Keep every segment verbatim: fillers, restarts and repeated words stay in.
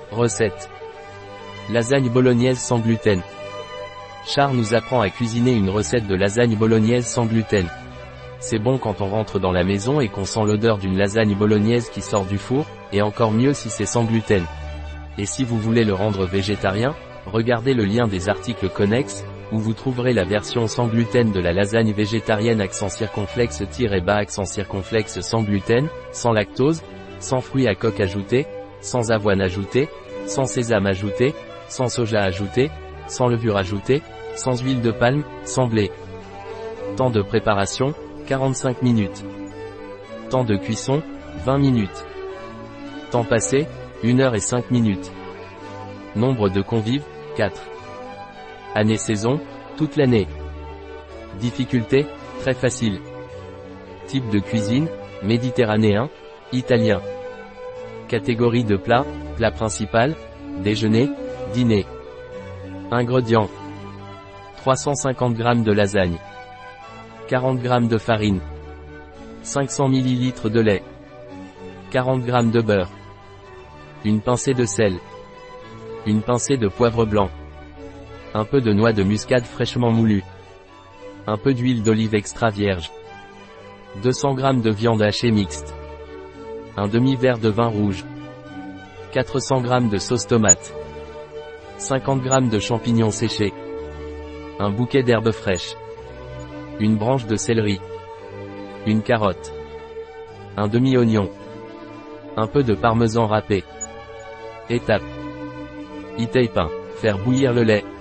Recette. Lasagne bolognaise sans gluten. Char nous apprend à cuisiner une recette de lasagne bolognaise sans gluten. C'est bon quand on rentre dans la maison et qu'on sent l'odeur d'une lasagne bolognaise qui sort du four, et encore mieux si c'est sans gluten. Et si vous voulez le rendre végétarien, regardez le lien des articles connexes, où vous trouverez la version sans gluten de la lasagne végétarienne accent circonflexe-bas accent circonflexe sans gluten, sans lactose, sans fruits à coque ajoutés, sans avoine ajoutée, sans sésame ajouté, sans soja ajouté, sans levure ajoutée, sans huile de palme, sans blé. Temps de préparation, quarante-cinq minutes. Temps de cuisson, vingt minutes. Temps passé, une heure et cinq minutes. Nombre de convives, quatre. Année-saison, toute l'année. Difficulté, très facile. Type de cuisine, méditerranéen, italien. Catégorie de plat, plat principal, déjeuner, dîner. Ingrédients. trois cent cinquante grammes de lasagne. quarante grammes de farine. cinq cents millilitres de lait. quarante grammes de beurre. Une pincée de sel. Une pincée de poivre blanc. Un peu de noix de muscade fraîchement moulue. Un peu d'huile d'olive extra vierge. deux cents grammes de viande hachée mixte. Un demi-verre de vin rouge. quatre cents grammes de sauce tomate. cinquante grammes de champignons séchés. Un bouquet d'herbes fraîches. Une branche de céleri. Une carotte. Un demi-oignon. Un peu de parmesan râpé. Étape. E-tape un. Faire bouillir le lait.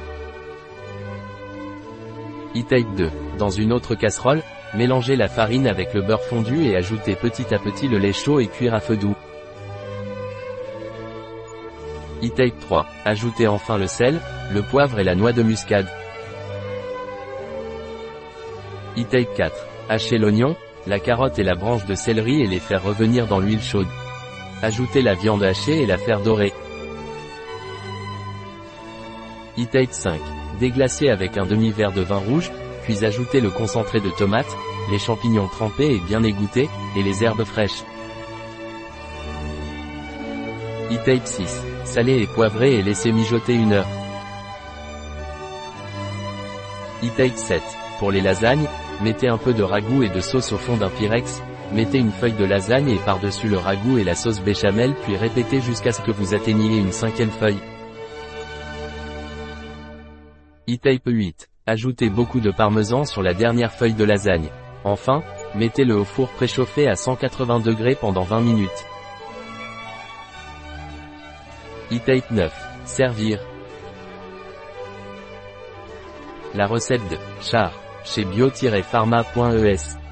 E-tape deux. Dans une autre casserole, mélangez la farine avec le beurre fondu et ajoutez petit à petit le lait chaud et cuire à feu doux. E-tape trois. Ajoutez enfin le sel, le poivre et la noix de muscade. E-tape quatre. Hachez l'oignon, la carotte et la branche de céleri et les faire revenir dans l'huile chaude. Ajoutez la viande hachée et la faire dorer. E-tape cinq. Déglacez avec un demi-verre de vin rouge, puis ajoutez le concentré de tomate, les champignons trempés et bien égouttés, et les herbes fraîches. E-tape six. Salez et poivrez et laissez mijoter une heure. E-tape sept. Pour les lasagnes, mettez un peu de ragoût et de sauce au fond d'un pyrex, mettez une feuille de lasagne et par-dessus le ragoût et la sauce béchamel puis répétez jusqu'à ce que vous atteigniez une cinquième feuille. E-tape huit. Ajoutez beaucoup de parmesan sur la dernière feuille de lasagne. Enfin, mettez-le au four préchauffé à cent quatre-vingts degrés pendant vingt minutes. E-tape neuf. Servir. La recette de Char, chez bio tiret pharma point e s.